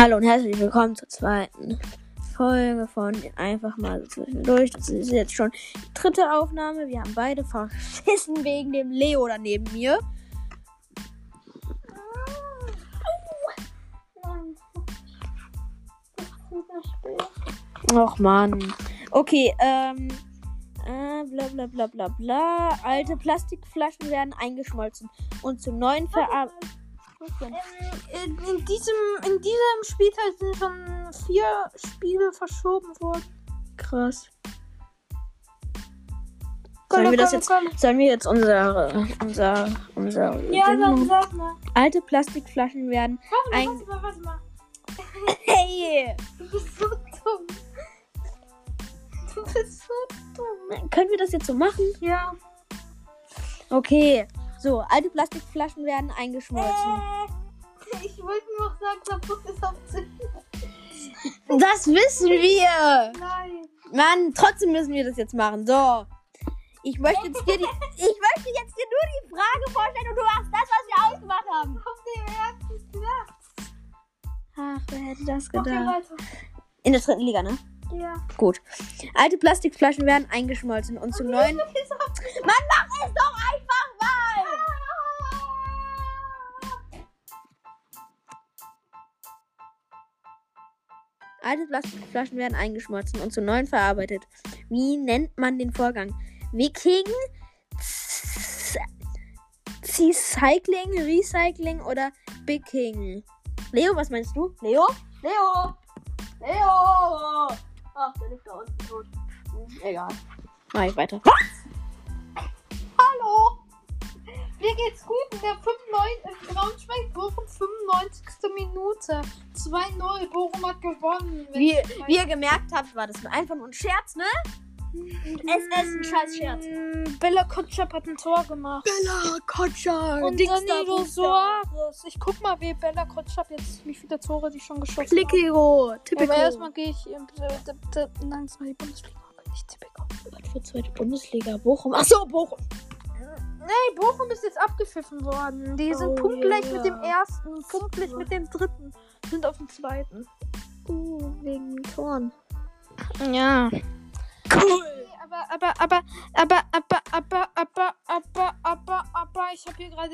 Hallo und herzlich willkommen zur zweiten Folge von Einfach mal so zwischendurch. Das ist jetzt schon die dritte Aufnahme. Wir haben beide verschissen wegen dem Leo da neben mir. Och Mann. Okay, bla bla bla bla bla. Alte Plastikflaschen werden eingeschmolzen und zu neuen verarbeitet. In diesem Spielteil sind schon 4 Spiele verschoben worden. Krass. Sollen wir jetzt unser Ja, dann sag mal. alte Plastikflaschen werden Warte mal. Hey! Du bist so dumm. Können wir das jetzt so machen? Ja. Okay. So, alte Plastikflaschen werden eingeschmolzen. Ich wollte nur noch sagen, kaputt ist auf 10. Das wissen wir! Nein. Mann, trotzdem müssen wir das jetzt machen. So. Ich möchte jetzt dir nur die Frage vorstellen und du machst das, was wir ausgemacht haben. Auf dem ersten Platz. Ach, wer hätte das Okay, gedacht? weiter. In der dritten Liga, ne? Ja. Gut. Alte Plastikflaschen werden eingeschmolzen und zu neuen... Mann, mach es doch einfach mal! Alte Plastikflaschen werden eingeschmolzen und zu neuen verarbeitet. Wie nennt man den Vorgang? Wicking, Cycling, Recycling oder Picking? Leo, was meinst du? Leo? Ach, der liegt da unten tot. Egal. Mach ich weiter. Hallo. Mir geht's gut in der Braunschweig-Bochum 95. Minute. 2-0. Bochum hat gewonnen. Wie ihr gemerkt habt, war das einfach nur ein Scherz, ne? Es ist ein scheiß Scherz. Bella Kotschap hat ein Tor gemacht. Bella Kotschap. Und Danilo Soares. Ich guck mal, wie Bella Kotschap jetzt, wie viele Tore die schon geschossen hat. Klickigo. Aber erstmal gehe ich nein, das war die Bundesliga. Nicht Typico. Was für zweite Bundesliga? Bochum. Achso, Bochum. Nee, Bochum ist jetzt abgepfiffen worden. Die sind punktgleich mit dem ersten, punktgleich mit dem dritten. Sind auf dem zweiten. Wegen Toren. Ja. Cool. Aber, ich habe hier gerade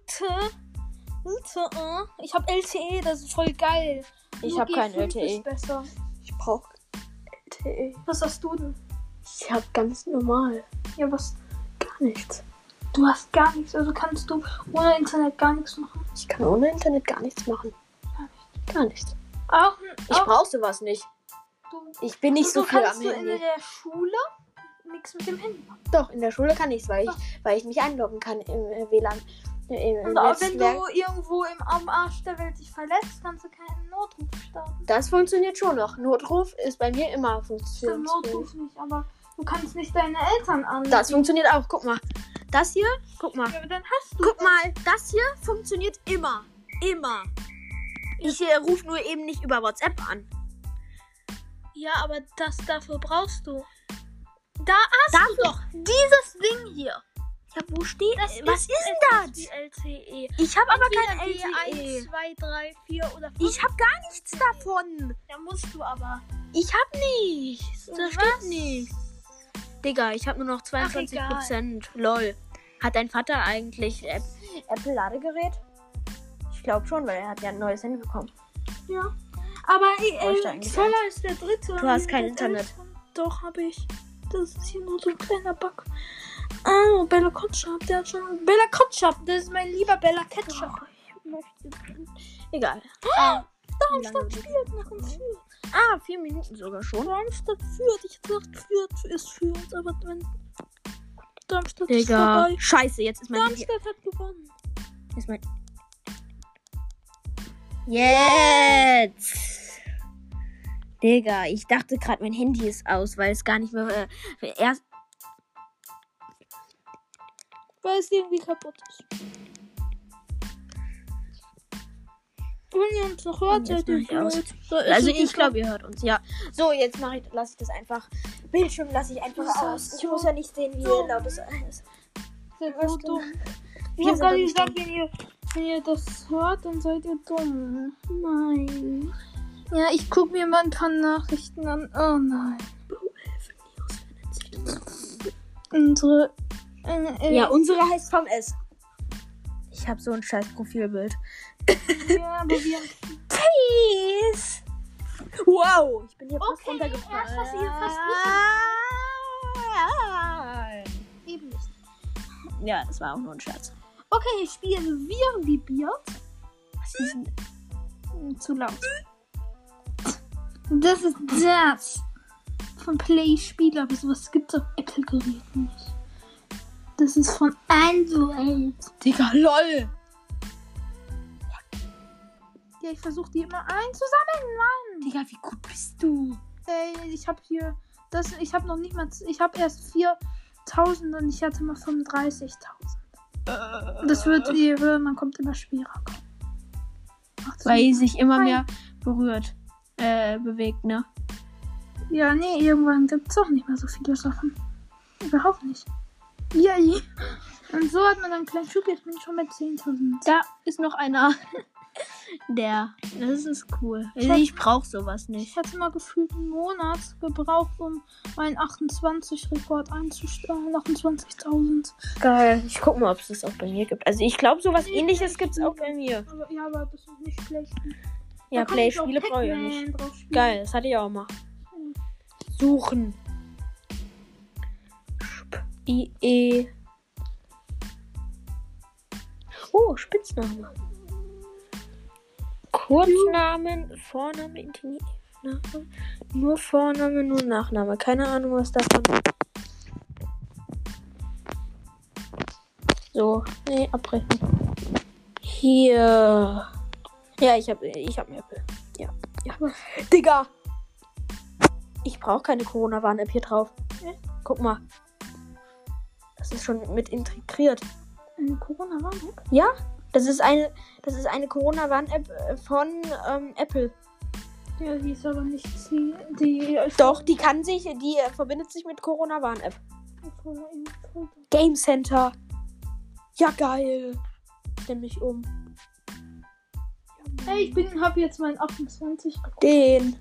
ich habe LTE, das ist voll geil. Ich habe kein G5 LTE. ist besser. Ich brauche LTE. Was hast du denn? Ich habe ganz normal. Ja, was? Gar nichts. Du hast gar nichts, also kannst du ohne Internet gar nichts machen. Ich kann ohne Internet gar nichts machen. Gar nichts. Ich Auch brauche sowas nicht. Ich bin nicht so viel am kannst du in Handy. der Schule nichts mit dem Handy machen. Doch, in der Schule kann ich es, weil ich mich einloggen kann im WLAN. Und auch wenn du irgendwo am Arsch der Welt dich verletzt, kannst du keinen Notruf starten. Das funktioniert schon noch. Notruf ist bei mir immer Der funktioniert. Notruf nicht, aber du kannst nicht deine Eltern anrufen. Das funktioniert auch. Guck mal. Das hier, guck mal. Ja, aber dann hast du Guck mal, das hier funktioniert immer. Immer. Ich rufe nur eben nicht über WhatsApp an. Ja, aber dafür brauchst du. Da hast du doch dieses Ding hier. Ja, wo steht Das was ist denn Die das? LTE. Ich habe aber kein Entweder LTE. 1, 2, 3, 4 oder 5. Ich habe gar nichts davon. Da musst du aber. Ich habe nichts. Da Was? steht nichts. Digga, ich habe nur noch 22%. Lol. Hat dein Vater eigentlich Apple-Ladegerät? Ich glaube schon, weil er hat ja ein neues Handy bekommen. Ja. Aber Bräuchte eigentlich Zoller ist der dritte. Du hast kein Der Internet. Eltern. Doch, habe ich. Das ist hier nur so ein kleiner Bug. Ah, Bella Kotschap, der hat schon. Bella Kotschap, das ist mein lieber Bella Ketchup. Egal. Darmstadt spielt nach dem Fürth. 4 Minuten sogar schon. Darmstadt führt. Ich dachte, Fürth ist Fürth, aber wenn Darmstadt ist Digga. vorbei. Scheiße, jetzt ist mein Handy. Darmstadt hat gewonnen. Ist mein... Jetzt! Digga, ich dachte gerade, mein Handy ist aus, weil es gar nicht mehr... erst... Weil es irgendwie kaputt ist. Wenn ihr uns noch hört, Jetzt seid ihr mach ich aus. blöd. Also ich glaube, ihr hört uns, ja. So, jetzt lasse ich das einfach... Bildschirm lasse ich einfach Das ist aus. Ich so muss ja nicht sehen, wie dumm. laut es ist. Seid Was so denn? dumm. Ich Wir hab sind gerade doch nicht gesagt, wenn ihr das hört, dann seid ihr dumm. Nein. Ja, ich gucke mir mal ein paar Nachrichten an. Oh nein. Unsere. Ja, unsere heißt vom S. Ich habe so ein scheiß Profilbild. Ja, aber wir. Peace! Wow, ich bin hier fast Okay, runtergefallen. erst was ihr fast Eben nicht. Ja, das war auch nur ein Scherz. Okay, ich spiele Wirlibiert. Was ist denn? Zu laut. Das ist das. Von Play-Spiel, aber sowas gibt es auf Apple-Geräten nicht. Das ist von Android. Digga, lol. Ja, ich versuche die immer einzusammeln, Mann. Digga, wie gut bist du? Ey, ich habe hier. Ich habe noch nicht mal. Ich habe erst 4.000 und ich hatte mal 35.000. Das wird je höher, man kommt immer schwerer. Weil sich immer mehr bewegt, ne? Ja, nee, irgendwann gibt es auch nicht mehr so viele Sachen. Überhaupt nicht. Yay. Und so hat man dann einen kleinen Schub. Jetzt bin ich schon bei 10.000. Da ist noch einer. Das ist cool. Ich brauche sowas nicht. Ich hatte mal gefühlt einen Monat gebraucht, um meinen 28-Rekord einzustellen. 28.000. Geil. Ich guck mal, ob es das auch bei mir gibt. Also ich glaube, sowas ähnliches gibt es auch bei mir. Aber das ist nicht schlecht. Ja, Play-Spiele brauche ich ja nicht. Geil, das hatte ich auch mal. Suchen. IE. Oh, Spitzname. Kurznamen, Vorname, Intimname. Nur Vorname, nur Nachname. Keine Ahnung, was davon ist. So, nee, abbrechen. Hier. Ja, ich hab mir Apple. Ja. Digga! Ich brauche keine Corona-Warn-App hier drauf. Guck mal. Das ist schon mit integriert. Eine Corona-Warn-App? Ja, das ist eine Corona-Warn-App von Apple. Ja, die ist aber nicht Doch, die verbindet sich mit Corona-Warn-App. Game Center. Ja, geil. Stell mich um. Hey, hab jetzt meinen 28. Den.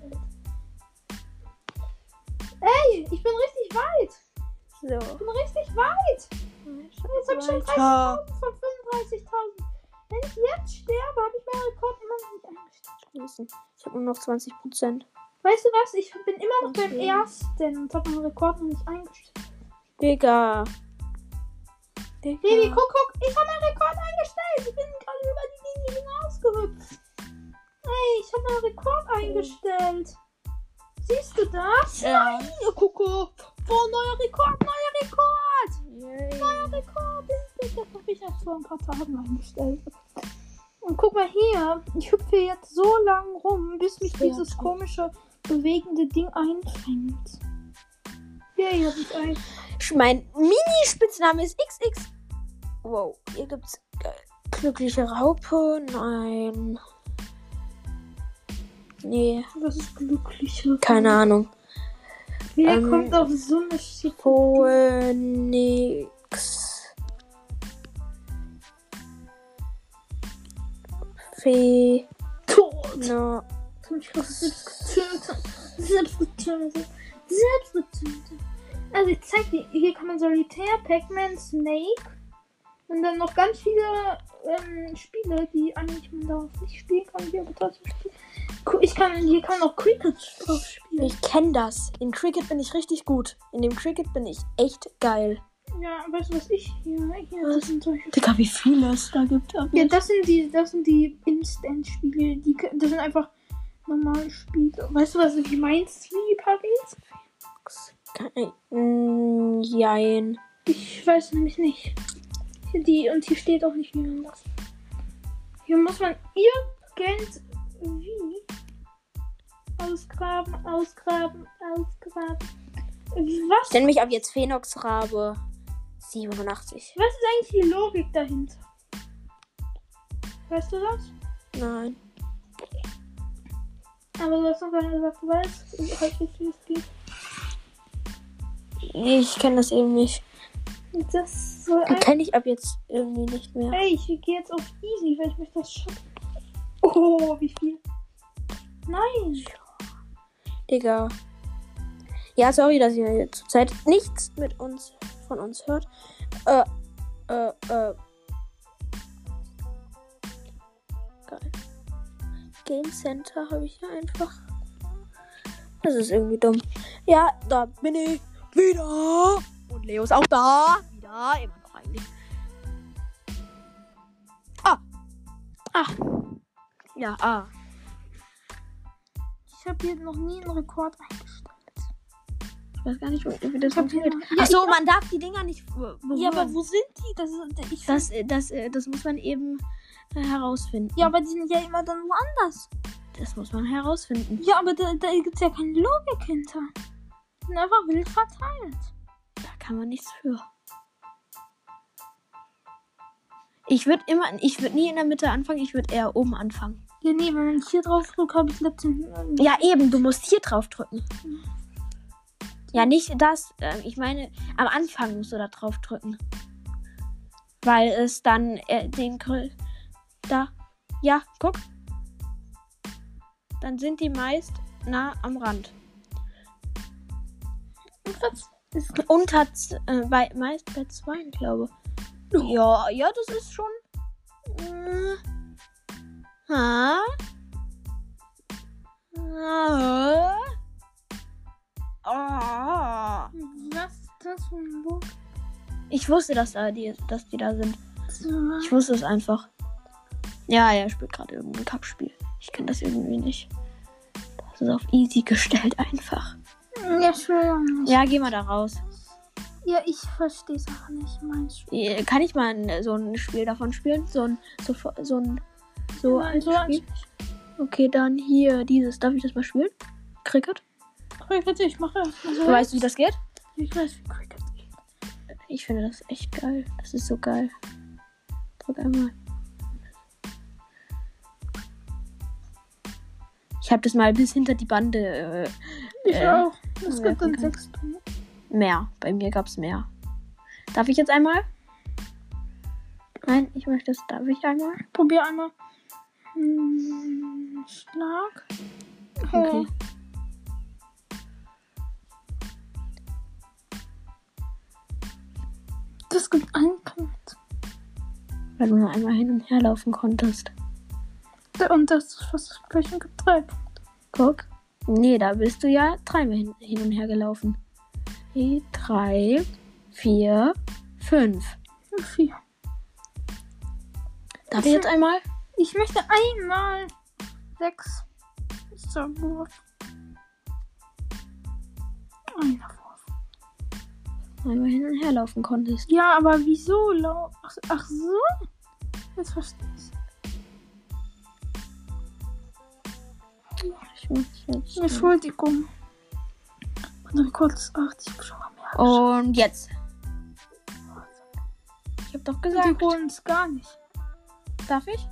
Ey, ich bin richtig weit. So. Ich bin richtig weit. Jetzt hab ich schon 30.000 von 35.000. Wenn ich jetzt sterbe, habe ich meinen Rekord immer noch nicht eingestellt. Ich habe nur noch 20%. Weißt du was? Ich bin immer noch beim ersten und habe meinen Rekord noch nicht eingestellt. Digga. Baby, guck. Ich habe meinen Rekord eingestellt. Ich bin gerade über die Linie hinausgehüpft. Hey, ich habe meinen Rekord eingestellt. Siehst du das? Ja. Guck. Oh, neuer Rekord. Yay. Neuer Rekord. Das habe ich erst vor ein paar Tagen eingestellt. Und guck mal hier. Ich hüpfe jetzt so lang rum, bis mich dieses komische, bewegende Ding einfängt. Yay, hab ich ein. Mein Mini-Spitzname ist XX. Wow, hier gibt's glückliche Raupe. Nein. Nee. Was ist glücklicher? Keine Ahnung. Wer kommt auf so eine Shit? Phoenix. Fee. Tot. No. Selbstgetötet. Also ich zeig dir, hier kann man Solitär, Pac-Man, Snake und dann noch ganz viele Spiele, die eigentlich man darauf nicht spielen kann, die aber trotzdem spielen. Hier kann auch Cricket drauf spielen. Ich kenne das. In Cricket bin ich richtig gut. In dem Cricket bin ich echt geil. Ja, weißt du was ich hier das sind solche. Digga, wie viele es da gibt. Ja, das sind die Instant-Spiele. Das sind einfach normale Spiele. Weißt du, was ich mein Sleeper ist? Jein. Ich weiß nämlich nicht. Hier steht auch nicht, wie man das. Hier muss man irgendwie ausgraben. Was? Ich nenne mich ab jetzt Phenox-Rabe 87. Was ist eigentlich die Logik dahinter? Weißt du das? Nein. Aber du hast noch gar nicht gesagt, du weißt, wie es geht. Ich kenne das eben nicht. Das soll Kenne ich ab jetzt irgendwie nicht mehr. Hey, ich gehe jetzt auf easy, weil ich möchte das schaffen. Oh, wie viel? Nein. Digga. Ja, sorry, dass ihr zurzeit nichts von uns hört. Geil. Game Center habe ich hier einfach. Das ist irgendwie dumm. Ja, da bin ich wieder. Und Leo ist auch da. Wieder, immer noch eigentlich. Ja, Ich habe hier noch nie einen Rekord eingestellt. Ich weiß gar nicht, wie das funktioniert. Ja, Achso, man darf die Dinger nicht berühren. Ja, aber wo sind die? Das muss man eben herausfinden. Ja, aber die sind ja immer dann woanders. Das muss man herausfinden. Ja, aber da gibt es ja keine Logik hinter. Die sind einfach wild verteilt. Da kann man nichts für. Ich würde nie in der Mitte anfangen, ich würde eher oben anfangen. Ja, nee, wenn ich hier drauf drücke, habe ich letztens... Ja, eben, du musst hier drauf drücken. Ja, nicht das. Ich meine, am Anfang musst du da drauf drücken. Weil es dann da. Ja, guck. Dann sind die meist nah am Rand. Meist bei 2, glaube ich. Ja, das ist schon. Was ist das für ein Buch? Ich wusste, dass die da sind. Ich wusste es einfach. Ja, er spielt gerade irgendein Kackspiel. Ich kenne das irgendwie nicht. Das ist auf easy gestellt einfach. Ja, schön. Ja, geh mal da raus. Ja, ich verstehe es auch nicht. Kann ich mal so ein Spiel davon spielen? So ein Spiel? Okay, dann hier dieses. Darf ich das mal spielen? Cricket? Cricket, ich mache das. Weißt du, wie das geht? Ich weiß, wie Cricket geht. Ich finde das echt geil. Das ist so geil. Drück einmal. Ich habe das mal bis hinter die Bande. Ich auch. Es gibt dann 6 Punkte. Mehr. Bei mir gab es mehr. Darf ich jetzt einmal? Nein, ich möchte es. Darf ich einmal? Probier einmal. Schlag. Okay. Das gibt einen Punkt. Weil du nur einmal hin und her laufen konntest. Und das Versprechen gibt 3 Punkte. Guck. Nee, da bist du ja 3-mal hin und her gelaufen. 3, 4, 5. 4. Darf ich jetzt einmal? Ich möchte einmal 6. Ist der Wurf. Einer Wurf. Einmal hin und her laufen konntest. Ja, aber wieso? Ach so? Jetzt verstehe ich. Ich muss jetzt. Entschuldigung. Mein Rekord ist 8. Ich habe schon mal mehr. Und jetzt. Ich habe doch gesagt. Die holen es gar nicht. Darf ich?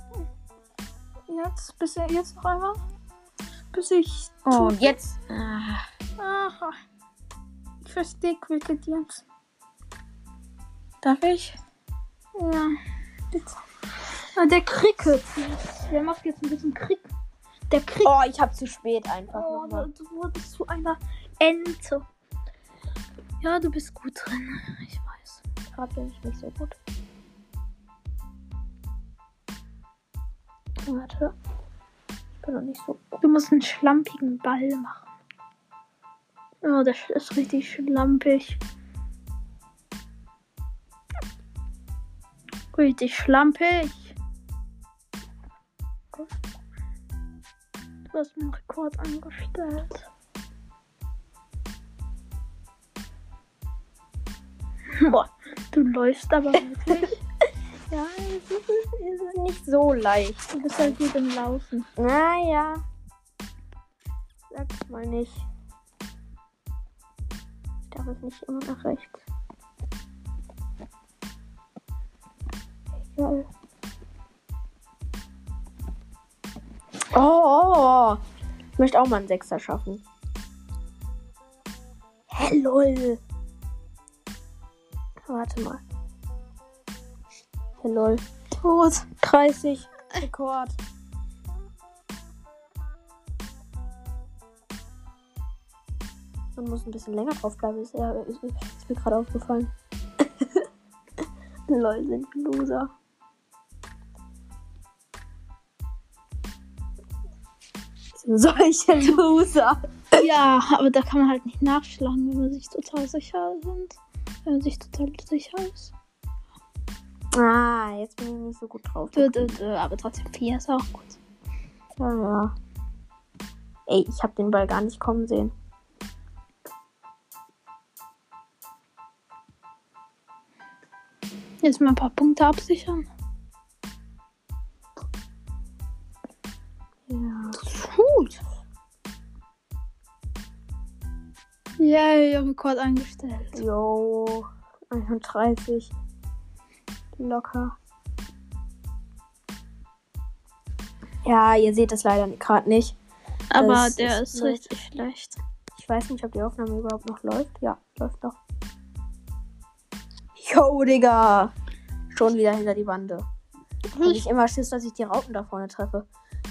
Jetzt noch einmal. Bis ich. Und jetzt. Aha. Ich verstehe Cricket jetzt. Darf ich? Ja. Bitte. Der Cricket. Der macht jetzt ein bisschen Krieg. Der Krieg. Oh, ich habe zu spät einfach. Oh, du wurdest zu einer Ente. Ja, du bist gut drin. Ich weiß. Gerade bin ich nicht so gut. Warte. Ich bin noch nicht so gut. Du musst einen schlampigen Ball machen. Oh, das ist richtig schlampig. Richtig schlampig. Du hast mir einen Rekord angestellt. Boah, du läufst aber wirklich. Ja, es ist nicht so leicht. Du bist halt gut im Laufen. Naja. Sag's mal nicht. Ich darf es nicht immer nach rechts. Egal. Oh. Ich möchte auch mal einen 6er schaffen. Hey, lol. Warte mal. Hey, lol. Tot. 30. Rekord. und muss ein bisschen länger drauf bleiben. Ist mir gerade aufgefallen. Lol, sind Loser. Solche Loser. Ja, aber da kann man halt nicht nachschlagen, wenn man sich total sicher sind. Wenn man sich total sicher ist. Ah, jetzt bin ich nicht so gut drauf. Aber trotzdem 4 ist auch gut. Ja. Ey, ich habe den Ball gar nicht kommen sehen. Jetzt mal ein paar Punkte absichern. Ja. Gut. Yay, Rekord eingestellt. Jo. 31. Locker. Ja, ihr seht das leider gerade nicht. Aber Das der ist blöd. richtig schlecht. Ich weiß nicht, ob die Aufnahme überhaupt noch läuft. Ja, läuft noch. Jo, Digga. Schon wieder hinter die Bande. Hab ich immer Schiss, dass ich die Raupen da vorne treffe.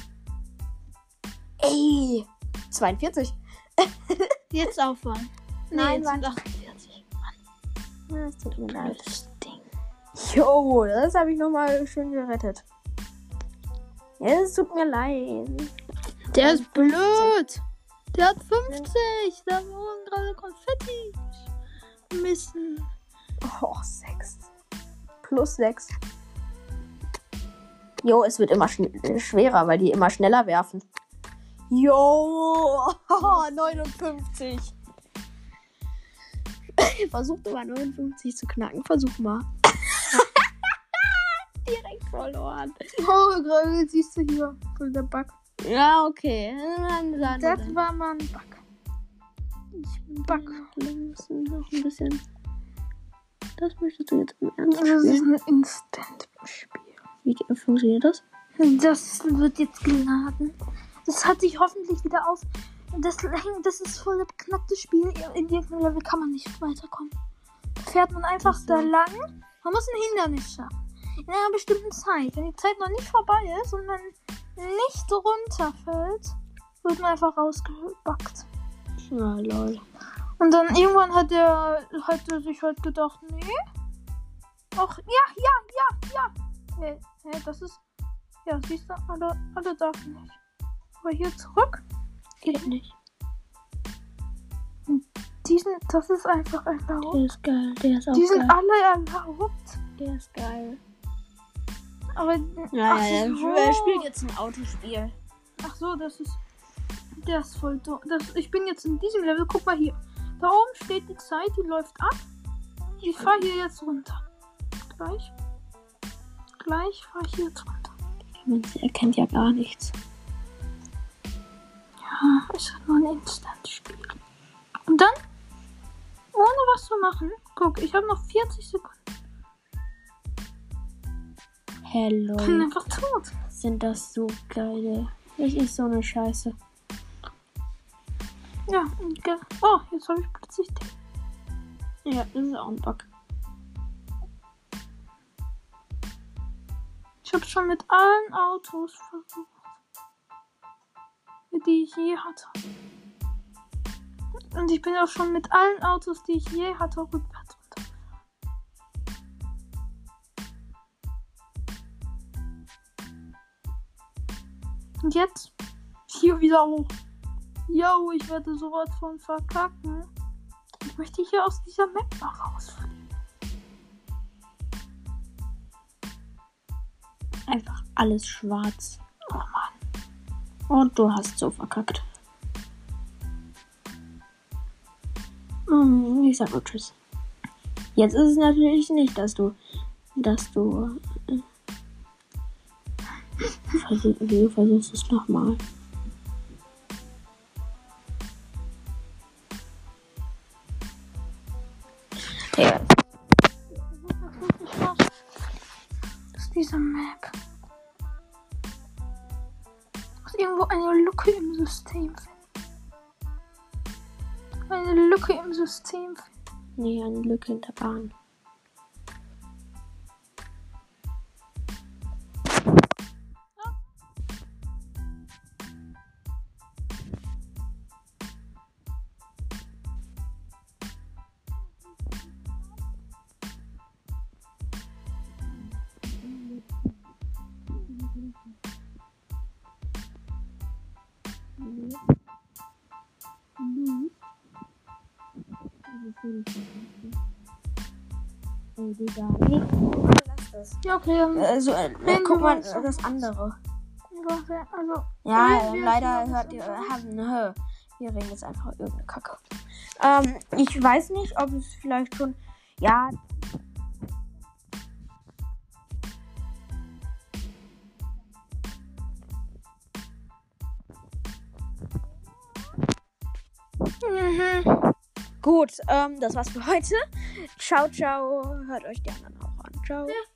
Ey. 42. Jetzt aufhören. Nein, jetzt sind warte. 48. Ja, das tut mir leid. Das Ding. Jo, das habe ich nochmal schön gerettet. Ja, es tut mir leid. Der ist blöd. Der hat 50. Da wurden gerade Konfetti missen. Oh, 6. Plus 6. Jo, es wird immer schwerer, weil die immer schneller werfen. Jo, 59. Versuch mal 59 zu knacken. Versuch mal. Direkt verloren. Oh, gerade siehst du hier. Voll der Bug. Ja, okay. Das war mal ein Bug. Ich bin Bug. Wir müssen noch ein bisschen. Das möchtest du jetzt im Ernst Das ist spielen? ein Instant-Spiel. Wie funktioniert das? Das wird jetzt geladen. Das hat sich hoffentlich wieder auf. Das ist voll ein beknacktes Spiel. In irgendeinem Level kann man nicht weiterkommen. Da fährt man einfach da lang. Man muss ein Hindernis schaffen. In einer bestimmten Zeit. Wenn die Zeit noch nicht vorbei ist und man nicht runterfällt, wird man einfach rausgebackt. Ja, lol. Und dann irgendwann hat er sich halt gedacht, nee. Ach, ja. Hey, das ist. Ja, siehst du, alle darf nicht. Aber hier zurück Geht nicht. Das ist einfach erlaubt. Der ist geil. Der ist auch Die sind geil. alle erlaubt. Der ist geil. Aber. Ja, ach so. er spielt jetzt ein Autospiel. Ach so, das ist. Der ist voll doof. Ich bin jetzt in diesem Level. Guck mal hier. Da oben steht die Zeit, die läuft ab. Ich fahre hier jetzt runter. Gleich fahre ich hier jetzt runter. Man erkennt ja gar nichts. Ja, ist nur ein Instant-Spiel. Und dann, ohne was zu machen, guck, ich habe noch 40 Sekunden. Hello. Ich bin einfach tot. Sind das so geile. Das ist so eine Scheiße. Ja, oh, jetzt habe ich plötzlich den. Ja, das ist auch ein Bug. Ich habe schon mit allen Autos versucht, die ich je hatte. Und ich bin auch schon mit allen Autos, die ich je hatte, rückwärts runtergefahren. Und jetzt hier wieder hoch. Yo, ich werde sowas von verkacken. Ich möchte hier aus dieser Map noch rausfliegen. Einfach alles schwarz. Oh Mann. Und du hast so verkackt. Ich sag nur Tschüss. Jetzt ist es natürlich nicht, dass du versuchst es nochmal. Ja. Das ist diese Map. Ich muss irgendwo eine Lücke im System finden. Eine Lücke im System finden. Nee, eine Lücke in der Bahn. Digga. Nee, lass das. Ja, okay. Guck mal, das andere. Also, Ja, leider hört ihr, wir reden jetzt einfach irgendeine Kacke. Ich weiß nicht, ob es vielleicht schon, ja. Gut, das war's für heute. Ciao, ciao. Hört euch die anderen auch an. Ciao. Ja.